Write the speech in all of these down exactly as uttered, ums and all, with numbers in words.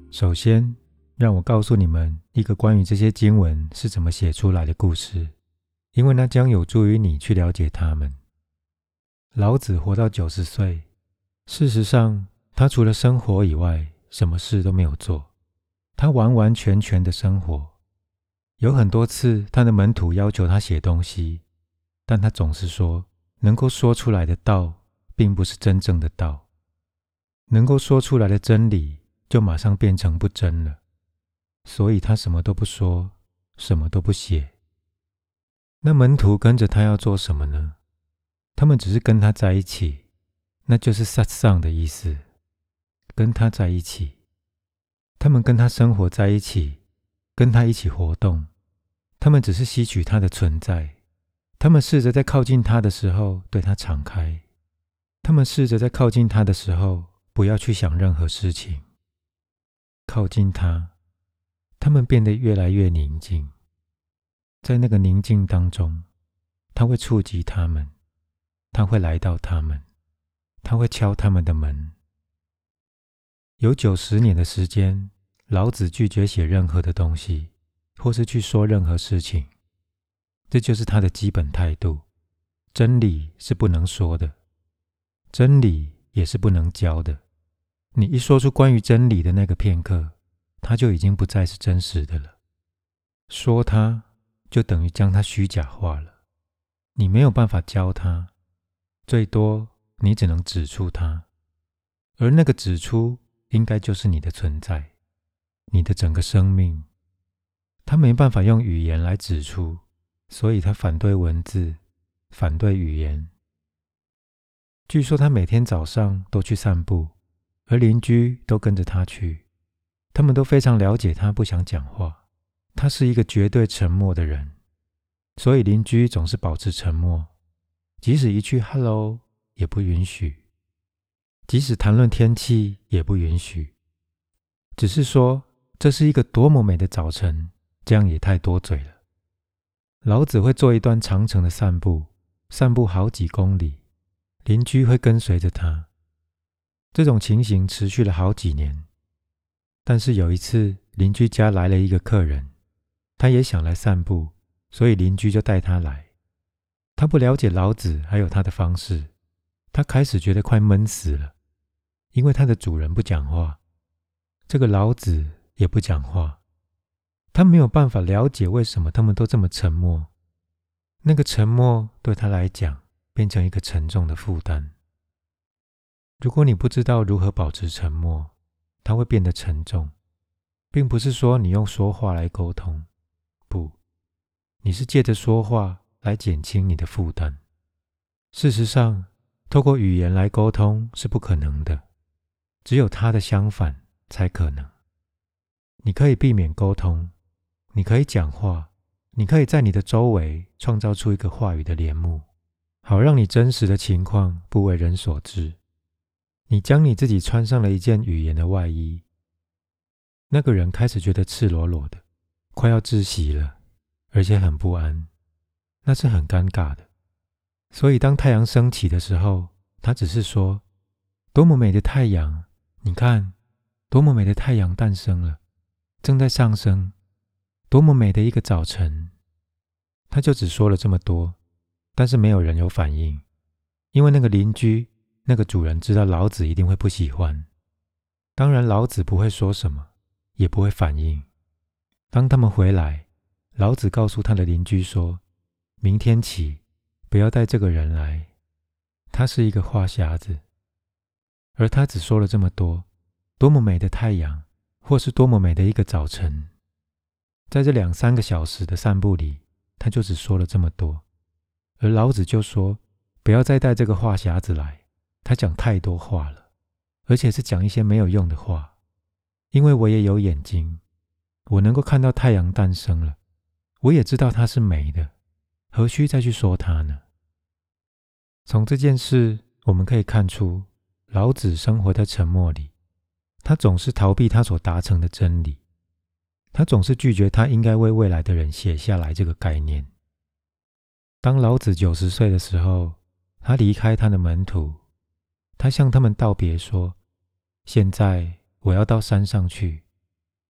首先，让我告诉你们一个关于这些经文是怎么写出来的故事，因为那将有助于你去了解它们。老子活到九十岁，事实上，他除了生活以外，什么事都没有做。他完完全全的生活。有很多次，他的门徒要求他写东西，但他总是说，能够说出来的道，并不是真正的道。能够说出来的真理，就马上变成不真了。所以他什么都不说，什么都不写。那门徒跟着他要做什么呢？他们只是跟他在一起，那就是 satsang 的意思，跟他在一起。他们跟他生活在一起，跟他一起活动。他们只是吸取他的存在。他们试着在靠近他的时候对他敞开。他们试着在靠近他的时候不要去想任何事情。靠近他，他们变得越来越宁静。在那个宁静当中，他会触及他们，他会来到他们，他会敲他们的门。有九十年的时间，老子拒绝写任何的东西，或是去说任何事情。这就是他的基本态度。真理是不能说的，真理也是不能教的。你一说出关于真理的那个片刻，它就已经不再是真实的了。说它，就等于将它虚假化了。你没有办法教它，最多你只能指出它，而那个指出应该就是你的存在，你的整个生命。他没办法用语言来指出，所以他反对文字，反对语言。据说他每天早上都去散步，而邻居都跟着他去。他们都非常了解他不想讲话，他是一个绝对沉默的人，所以邻居总是保持沉默，即使一句 hello 也不允许，即使谈论天气也不允许。只是说这是一个多么美的早晨，这样也太多嘴了。老子会做一段长程的散步，散步好几公里，邻居会跟随着他。这种情形持续了好几年。但是有一次，邻居家来了一个客人，他也想来散步，所以邻居就带他来。他不了解老子还有他的方式，他开始觉得快闷死了，因为他的主人不讲话，这个老子也不讲话。他没有办法了解为什么他们都这么沉默。那个沉默对他来讲变成一个沉重的负担。如果你不知道如何保持沉默，它会变得沉重，并不是说你用说话来沟通，不，你是借着说话来减轻你的负担。事实上，透过语言来沟通是不可能的，只有它的相反才可能。你可以避免沟通，你可以讲话，你可以在你的周围创造出一个话语的帘幕，好让你真实的情况不为人所知。你将你自己穿上了一件语言的外衣，那个人开始觉得赤裸裸的，快要窒息了，而且很不安，那是很尴尬的。所以当太阳升起的时候，他只是说，多么美的太阳，你看，多么美的太阳诞生了，正在上升，多么美的一个早晨。他就只说了这么多，但是没有人有反应，因为那个邻居那个主人知道老子一定会不喜欢，当然老子不会说什么，也不会反应。当他们回来，老子告诉他的邻居说，明天起不要带这个人来，他是一个话匣子。而他只说了这么多，多么美的太阳，或是多么美的一个早晨。在这两三个小时的散步里，他就只说了这么多。而老子就说，不要再带这个话匣子来，他讲太多话了，而且是讲一些没有用的话。因为我也有眼睛，我能够看到太阳诞生了，我也知道它是美的，何须再去说它呢？从这件事我们可以看出，老子生活在沉默里，他总是逃避他所达成的真理，他总是拒绝他应该为未来的人写下来这个概念。当老子九十岁的时候，他离开他的门徒，他向他们道别说，现在我要到山上去，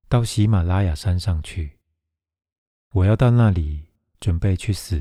到喜马拉雅山上去，我要到那里准备去死。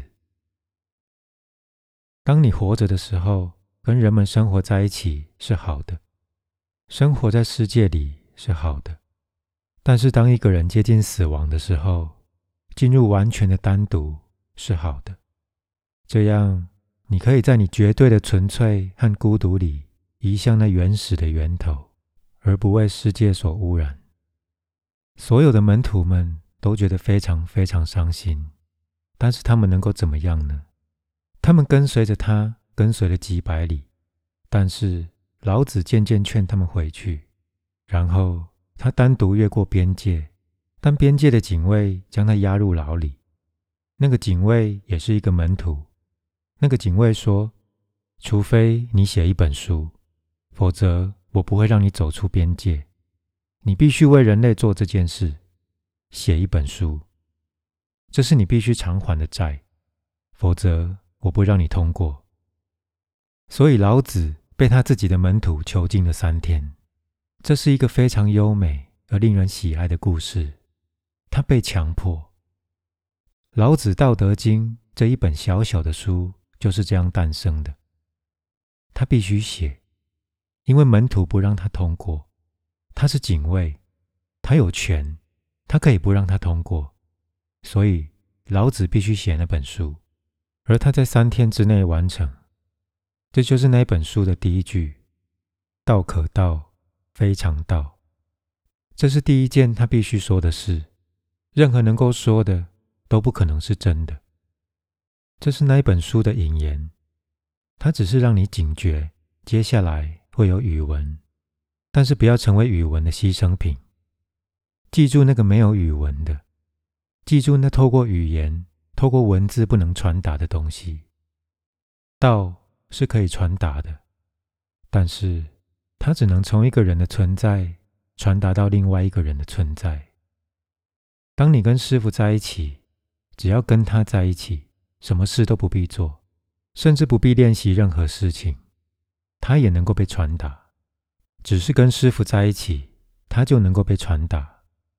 当你活着的时候，跟人们生活在一起是好的，生活在世界里是好的，但是当一个人接近死亡的时候，进入完全的单独是好的。这样你可以在你绝对的纯粹和孤独里移向那原始的源头，而不为世界所污染。所有的门徒们都觉得非常非常伤心，但是他们能够怎么样呢？他们跟随着他，跟随了几百里，但是老子渐渐劝他们回去，然后他单独越过边界，但边界的警卫将他押入牢里。那个警卫也是一个门徒。那个警卫说，除非你写一本书，否则我不会让你走出边界。你必须为人类做这件事，写一本书，这是你必须偿还的债，否则我不让你通过。所以老子被他自己的门徒囚禁了三天。这是一个非常优美而令人喜爱的故事。他被强迫。老子《道德经》这一本小小的书就是这样诞生的。他必须写，因为门徒不让他通过。他是警卫，他有权，他可以不让他通过。所以老子必须写那本书，而他在三天之内完成。这就是那本书的第一句：道可道，非常道。这是第一件他必须说的事，任何能够说的都不可能是真的。这是那一本书的引言，它只是让你警觉，接下来会有语文，但是不要成为语文的牺牲品。记住那个没有语文的，记住那透过语言、透过文字不能传达的东西。道是可以传达的，但是它只能从一个人的存在传达到另外一个人的存在。当你跟师父在一起，只要跟他在一起，什么事都不必做，甚至不必练习任何事情，他也能够被传达。只是跟师父在一起，他就能够被传达。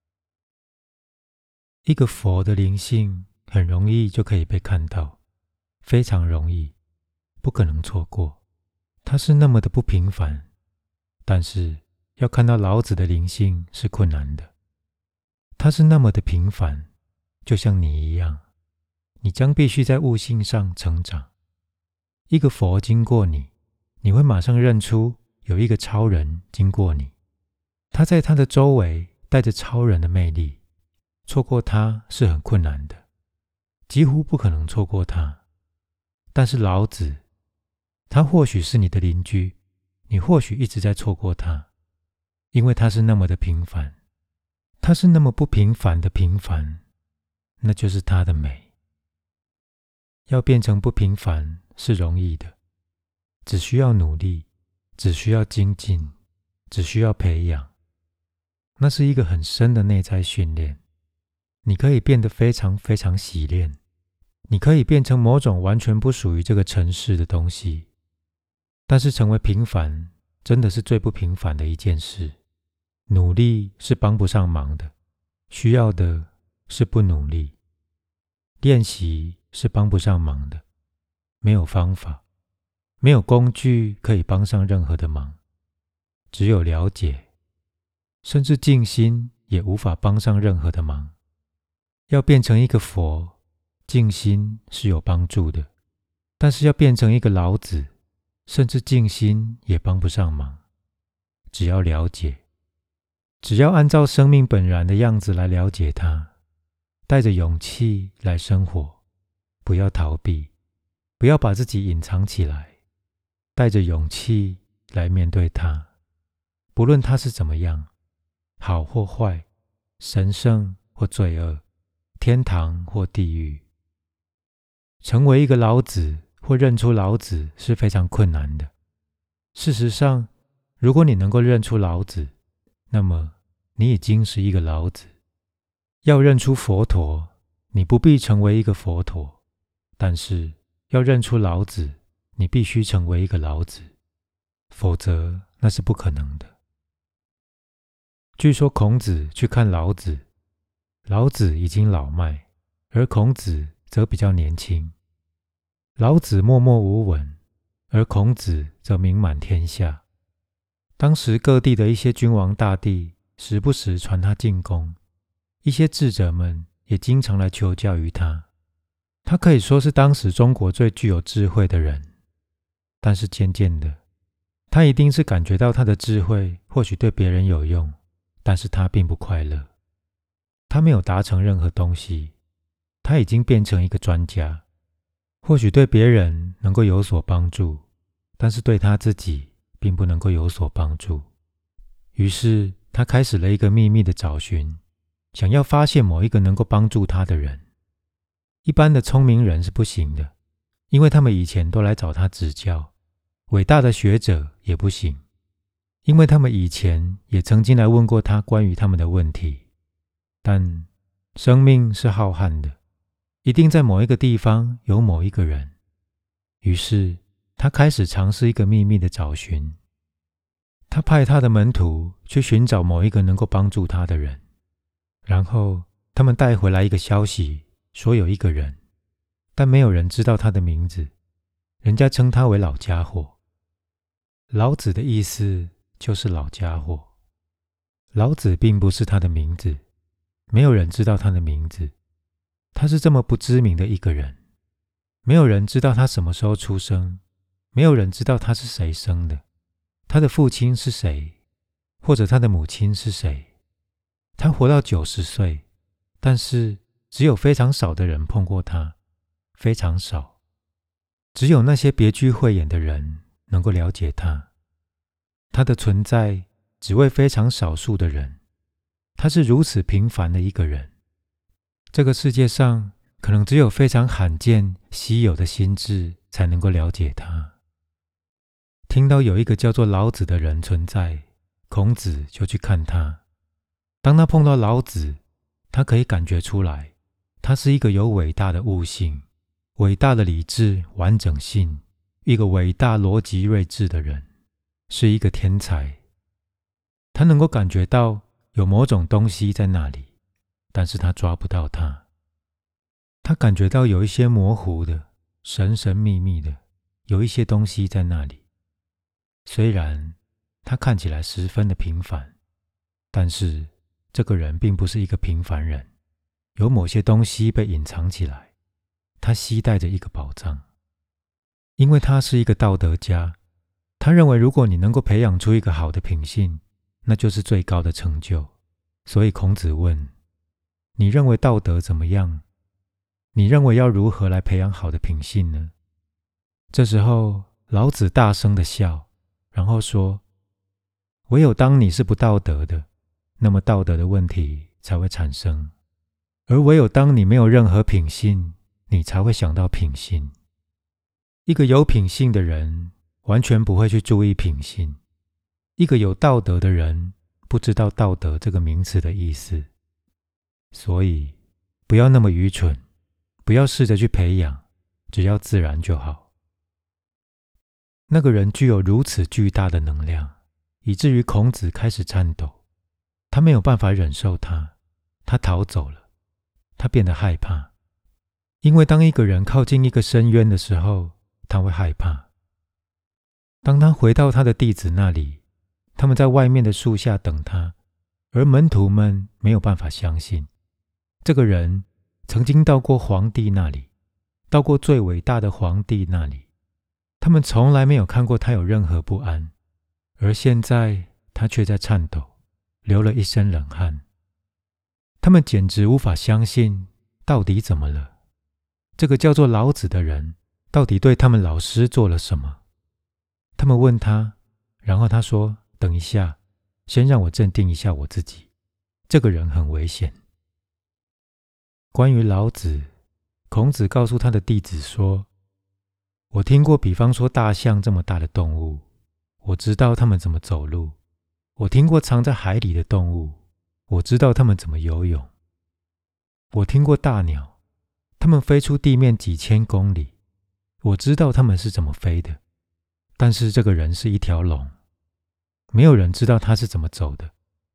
一个佛的灵性很容易就可以被看到，非常容易，不可能错过。它是那么的不平凡，但是要看到老子的灵性是困难的。它是那么的平凡，就像你一样，你将必须在悟性上成长。一个佛经过你，你会马上认出有一个超人经过你，他在他的周围带着超人的魅力，错过他是很困难的，几乎不可能错过他。但是老子，他或许是你的邻居，你或许一直在错过他，因为他是那么的平凡，他是那么不平凡的平凡，那就是他的美。要变成不平凡是容易的，只需要努力，只需要精进，只需要培养。那是一个很深的内在训练。你可以变得非常非常洗练，你可以变成某种完全不属于这个城市的东西。但是成为平凡真的是最不平凡的一件事。努力是帮不上忙的，需要的是不努力。练习是帮不上忙的，没有方法，没有工具可以帮上任何的忙。只有了解，甚至静心也无法帮上任何的忙。要变成一个佛，静心是有帮助的，但是要变成一个老子，甚至静心也帮不上忙。只要了解，只要按照生命本然的样子来了解它，带着勇气来生活，不要逃避，不要把自己隐藏起来，带着勇气来面对它，不论它是怎么样，好或坏，神圣或罪恶，天堂或地狱。成为一个老子或认出老子是非常困难的。事实上，如果你能够认出老子，那么你已经是一个老子。要认出佛陀，你不必成为一个佛陀，但是要认出老子，你必须成为一个老子，否则那是不可能的。 据说孔子去看老子，老子已经老迈，而孔子则比较年轻。老子默默无闻，而孔子则名满天下。当时各地的一些君王大帝时不时传他进宫，一些智者们也经常来求教于他。他可以说是当时中国最具有智慧的人，但是渐渐的，他一定是感觉到他的智慧或许对别人有用，但是他并不快乐。他没有达成任何东西，他已经变成一个专家，或许对别人能够有所帮助，但是对他自己并不能够有所帮助。于是他开始了一个秘密的找寻，想要发现某一个能够帮助他的人。一般的聪明人是不行的，因为他们以前都来找他指教。伟大的学者也不行，因为他们以前也曾经来问过他关于他们的问题。但生命是浩瀚的，一定在某一个地方有某一个人。于是他开始尝试一个秘密的找寻。他派他的门徒去寻找某一个能够帮助他的人，然后他们带回来一个消息，说有一个人，但没有人知道他的名字，人家称他为老家伙。老子的意思就是老家伙。老子并不是他的名字，没有人知道他的名字。他是这么不知名的一个人，没有人知道他什么时候出生，没有人知道他是谁生的，他的父亲是谁，或者他的母亲是谁。他活到九十岁，但是只有非常少的人碰过他，非常少。只有那些别具慧眼的人能够了解他。他的存在只为非常少数的人。他是如此平凡的一个人。这个世界上可能只有非常罕见、稀有的心智才能够了解他。听到有一个叫做老子的人存在，孔子就去看他。当他碰到老子，他可以感觉出来，他是一个有伟大的悟性、伟大的理智完整性，一个伟大逻辑睿智的人，是一个天才。他能够感觉到有某种东西在那里，但是他抓不到它。他感觉到有一些模糊的、神神秘秘的，有一些东西在那里。虽然他看起来十分的平凡，但是这个人并不是一个平凡人，有某些东西被隐藏起来，他携带着一个宝藏。因为他是一个道德家，他认为如果你能够培养出一个好的品性，那就是最高的成就。所以孔子问，你认为道德怎么样？你认为要如何来培养好的品性呢？这时候老子大声地笑，然后说，唯有当你是不道德的，那么道德的问题才会产生，而唯有当你没有任何品性，你才会想到品性。一个有品性的人完全不会去注意品性，一个有道德的人不知道道德这个名词的意思。所以不要那么愚蠢，不要试着去培养，只要自然就好。那个人具有如此巨大的能量，以至于孔子开始颤抖。他没有办法忍受他，他逃走了，他变得害怕。因为当一个人靠近一个深渊的时候，他会害怕。当他回到他的弟子那里，他们在外面的树下等他，而门徒们没有办法相信，这个人曾经到过皇帝那里，到过最伟大的皇帝那里，他们从来没有看过他有任何不安，而现在他却在颤抖，流了一身冷汗。他们简直无法相信，到底怎么了？这个叫做老子的人到底对他们老师做了什么？他们问他，然后他说，等一下，先让我镇定一下我自己，这个人很危险。关于老子，孔子告诉他的弟子说，我听过比方说大象这么大的动物，我知道它们怎么走路，我听过藏在海里的动物，我知道它们怎么游泳，我听过大鸟，它们飞出地面几千公里，我知道它们是怎么飞的。但是这个人是一条龙，没有人知道他是怎么走的。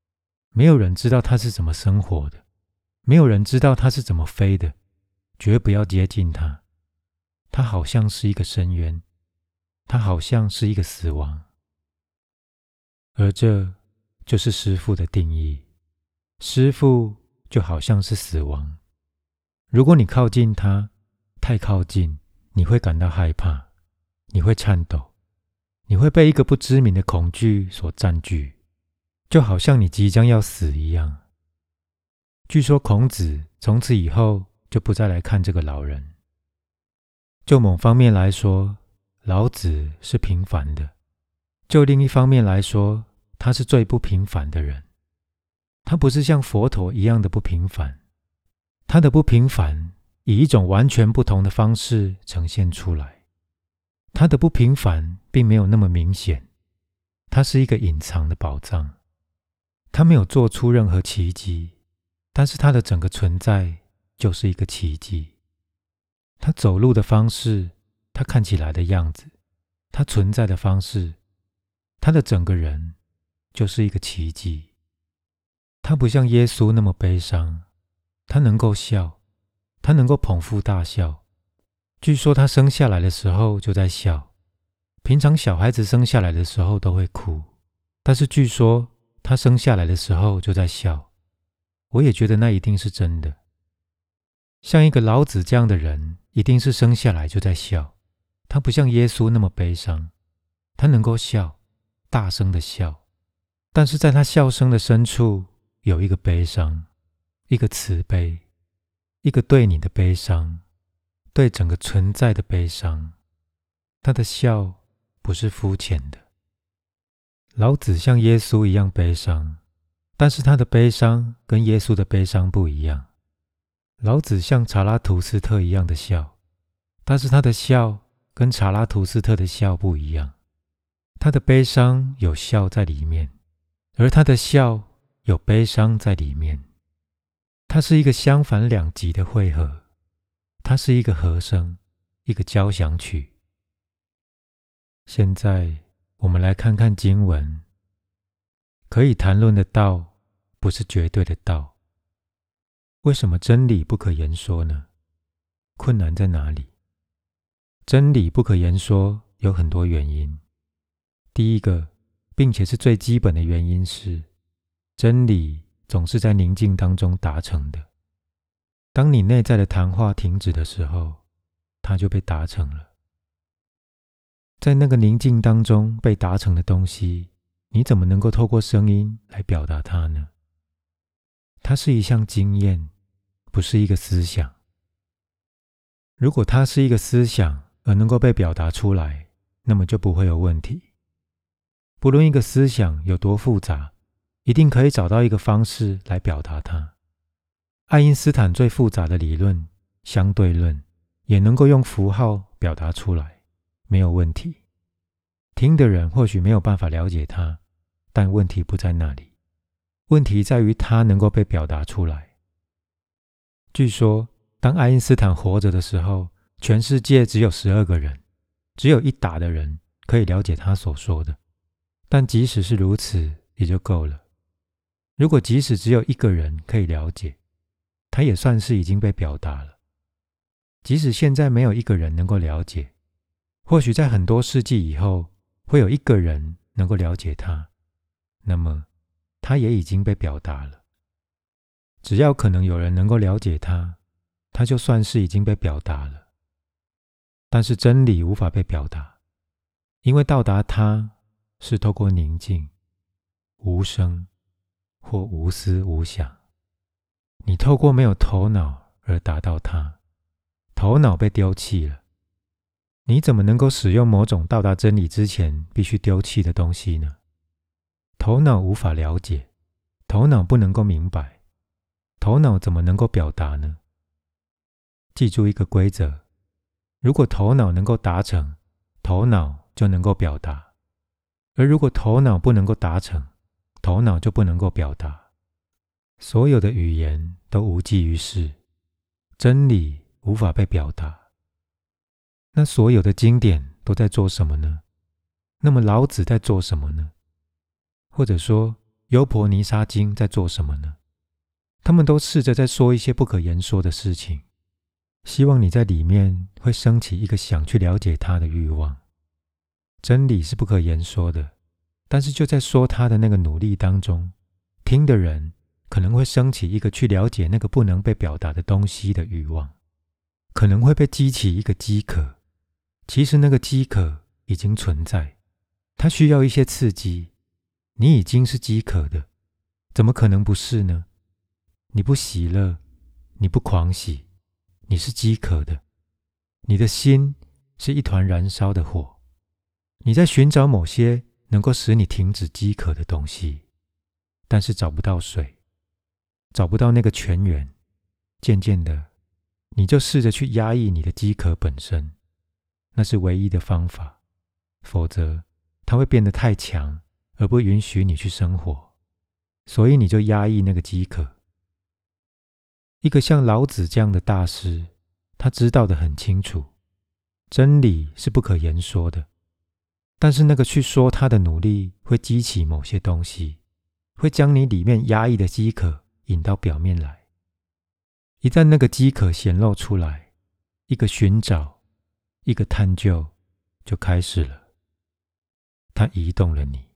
没有人知道他是怎么生活的，没有人知道他是怎么飞的，绝不要接近他。他好像是一个深渊，他好像是一个死亡。而这就是师父的定义，师父就好像是死亡。如果你靠近他，太靠近，你会感到害怕，你会颤抖，你会被一个不知名的恐惧所占据，就好像你即将要死一样。据说孔子从此以后就不再来看这个老人。就某方面来说，老子是平凡的；就另一方面来说，他是最不平凡的人。他不是像佛陀一样的不平凡，他的不平凡以一种完全不同的方式呈现出来。他的不平凡并没有那么明显，他是一个隐藏的宝藏。他没有做出任何奇迹，但是他的整个存在就是一个奇迹。他走路的方式，他看起来的样子，他存在的方式，他的整个人就是一个奇迹。他不像耶稣那么悲伤，他能够笑，他能够捧腹大笑。据说他生下来的时候就在笑，平常小孩子生下来的时候都会哭，但是据说他生下来的时候就在笑。我也觉得那一定是真的。像一个老子这样的人，一定是生下来就在笑。他不像耶稣那么悲伤，他能够笑，大声的笑，但是在他笑声的深处有一个悲伤，一个慈悲，一个对你的悲伤，对整个存在的悲伤。他的笑不是肤浅的。老子像耶稣一样悲伤，但是他的悲伤跟耶稣的悲伤不一样。老子像查拉图斯特一样的笑，但是他的笑跟查拉图斯特的笑不一样。他的悲伤有笑在里面，而他的笑有悲伤在里面。它是一个相反两极的汇合，它是一个和声，一个交响曲。现在我们来看看经文。可以谈论的道，不是绝对的道。为什么真理不可言说呢？困难在哪里？真理不可言说有很多原因。第一个，并且是最基本的原因是，真理总是在宁静当中达成的。当你内在的谈话停止的时候，它就被达成了。在那个宁静当中被达成的东西，你怎么能够透过声音来表达它呢？它是一项经验，不是一个思想。如果它是一个思想而能够被表达出来，那么就不会有问题。不论一个思想有多复杂，一定可以找到一个方式来表达它。爱因斯坦最复杂的理论相对论也能够用符号表达出来，没有问题。听的人或许没有办法了解它，但问题不在那里。问题在于它能够被表达出来。据说，当爱因斯坦活着的时候，全世界只有十二个人，只有一打的人可以了解他所说的。但即使是如此，也就够了。如果即使只有一个人可以了解，他也算是已经被表达了。即使现在没有一个人能够了解，或许在很多世纪以后，会有一个人能够了解他，那么他也已经被表达了。只要可能有人能够了解他，他就算是已经被表达了。但是真理无法被表达，因为到达它是透过宁静、无声或无思无想。你透过没有头脑而达到它，头脑被丢弃了。你怎么能够使用某种到达真理之前必须丢弃的东西呢？头脑无法了解，头脑不能够明白，头脑怎么能够表达呢？记住一个规则，如果头脑能够达成，头脑就能够表达；而如果头脑不能够达成，头脑就不能够表达。所有的语言都无济于事，真理无法被表达。那所有的经典都在做什么呢？那么老子在做什么呢？或者说， 优婆尼沙经在做什么呢？他们都试着在说一些不可言说的事情，希望你在里面会升起一个想去了解它的欲望。真理是不可言说的，但是就在说它的那个努力当中，听的人可能会升起一个去了解那个不能被表达的东西的欲望，可能会被激起一个饥渴。其实那个饥渴已经存在，它需要一些刺激。你已经是饥渴的，怎么可能不是呢？你不喜乐，你不狂喜，你是饥渴的。你的心是一团燃烧的火，你在寻找某些能够使你停止饥渴的东西，但是找不到水，找不到那个泉源。渐渐的，你就试着去压抑你的饥渴本身，那是唯一的方法，否则它会变得太强，而不允许你去生活，所以你就压抑那个饥渴。一个像老子这样的大师，他知道得很清楚，真理是不可言说的，但是那个去说他的努力会激起某些东西，会将你里面压抑的饥渴引到表面来。一旦那个饥渴显露出来，一个寻找，一个探究就开始了，它移动了你。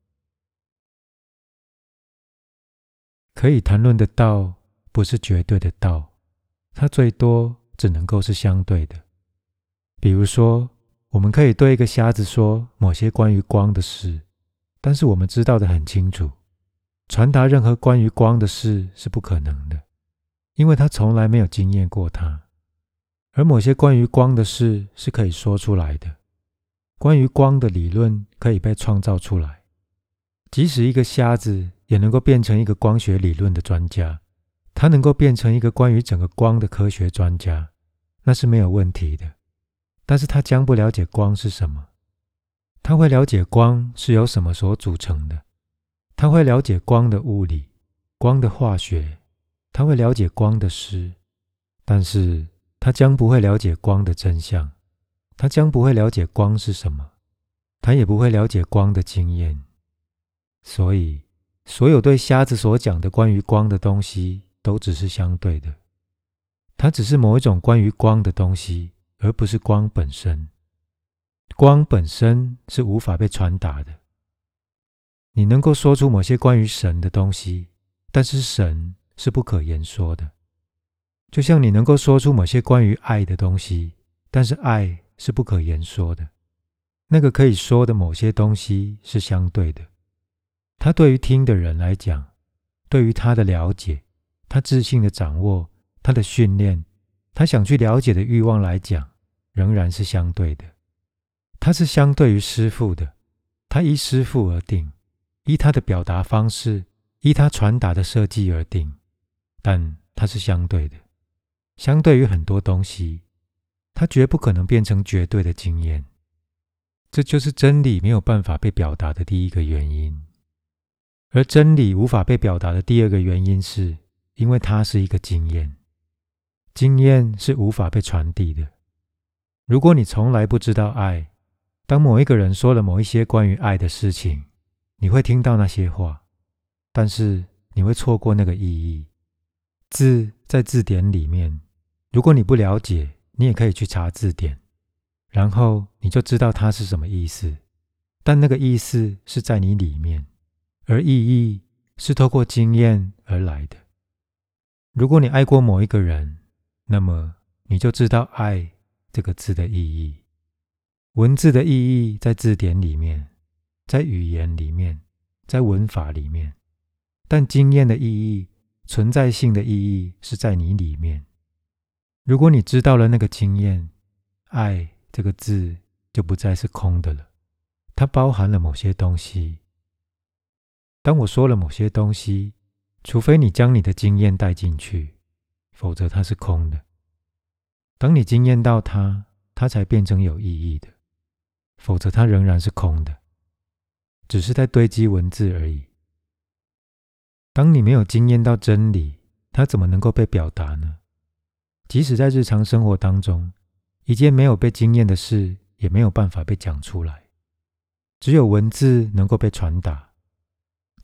可以谈论的道不是绝对的道，它最多只能够是相对的。比如说，我们可以对一个瞎子说某些关于光的事，但是我们知道得很清楚，传达任何关于光的事是不可能的，因为他从来没有经验过它。而某些关于光的事是可以说出来的，关于光的理论可以被创造出来。即使一个瞎子也能够变成一个光学理论的专家，他能够变成一个关于整个光的科学专家，那是没有问题的。但是他将不了解光是什么，他会了解光是由什么所组成的，他会了解光的物理、光的化学，他会了解光的诗，但是他将不会了解光的真相，他将不会了解光是什么，他也不会了解光的经验。所以所有对瞎子所讲的关于光的东西都只是相对的，它只是某一种关于光的东西，而不是光本身。光本身是无法被传达的。你能够说出某些关于神的东西，但是神是不可言说的。就像你能够说出某些关于爱的东西，但是爱是不可言说的。那个可以说的某些东西是相对的。他对于听的人来讲，对于他的了解，他自信的掌握，他的训练，他想去了解的欲望来讲，仍然是相对的。他是相对于师父的，他依师父而定，依他的表达方式，依他传达的设计而定，但他是相对的。相对于很多东西，它绝不可能变成绝对的经验。这就是真理没有办法被表达的第一个原因。而真理无法被表达的第二个原因是，因为它是一个经验。经验是无法被传递的。如果你从来不知道爱，当某一个人说了某一些关于爱的事情，你会听到那些话，但是你会错过那个意义。字在字典里面，如果你不了解，你也可以去查字典，然后你就知道它是什么意思。但那个意思是在你里面，而意义是透过经验而来的。如果你爱过某一个人，那么你就知道爱这个字的意义。文字的意义在字典里面，在语言里面，在文法里面，但经验的意义，存在性的意义是在你里面。如果你知道了那个经验，爱这个字就不再是空的了，它包含了某些东西。当我说了某些东西，除非你将你的经验带进去，否则它是空的。当你经验到它，它才变成有意义的，否则它仍然是空的，只是在堆积文字而已。当你没有经验到真理，它怎么能够被表达呢？即使在日常生活当中，一件没有被经验的事也没有办法被讲出来，只有文字能够被传达。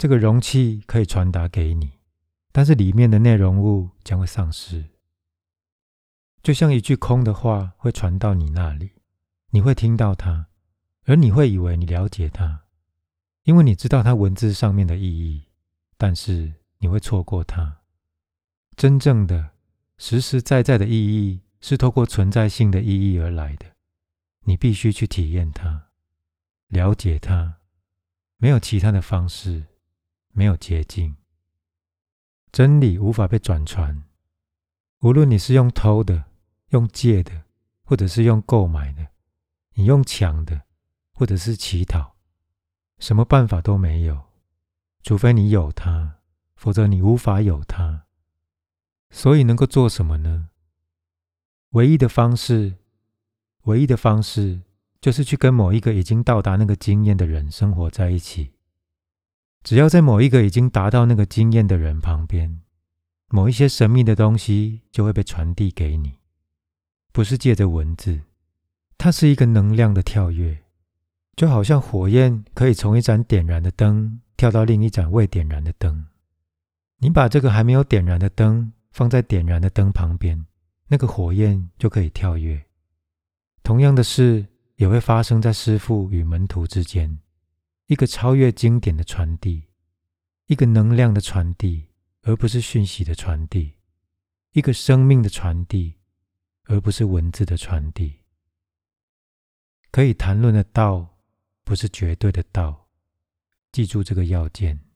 这个容器可以传达给你，但是里面的内容物将会丧失。就像一句空的话会传到你那里，你会听到它，而你会以为你了解它，因为你知道它文字上面的意义，但是你会错过它。真正的实实在在的意义是透过存在性的意义而来的，你必须去体验它，了解它，没有其他的方式，没有捷径。真理无法被转传，无论你是用偷的、用借的，或者是用购买的，你用抢的，或者是乞讨，什么办法都没有，除非你有它，否则你无法有它。所以能够做什么呢？唯一的方式，唯一的方式就是去跟某一个已经到达那个经验的人生活在一起。只要在某一个已经达到那个经验的人旁边，某一些神秘的东西就会被传递给你，不是借着文字，它是一个能量的跳跃，就好像火焰可以从一盏点燃的灯跳到另一盏未点燃的灯。你把这个还没有点燃的灯放在点燃的灯旁边，那个火焰就可以跳跃。同样的事也会发生在师父与门徒之间，一个超越经典的传递，一个能量的传递，而不是讯息的传递，一个生命的传递，而不是文字的传递。可以谈论的道，不是绝对的道，记住这个要件。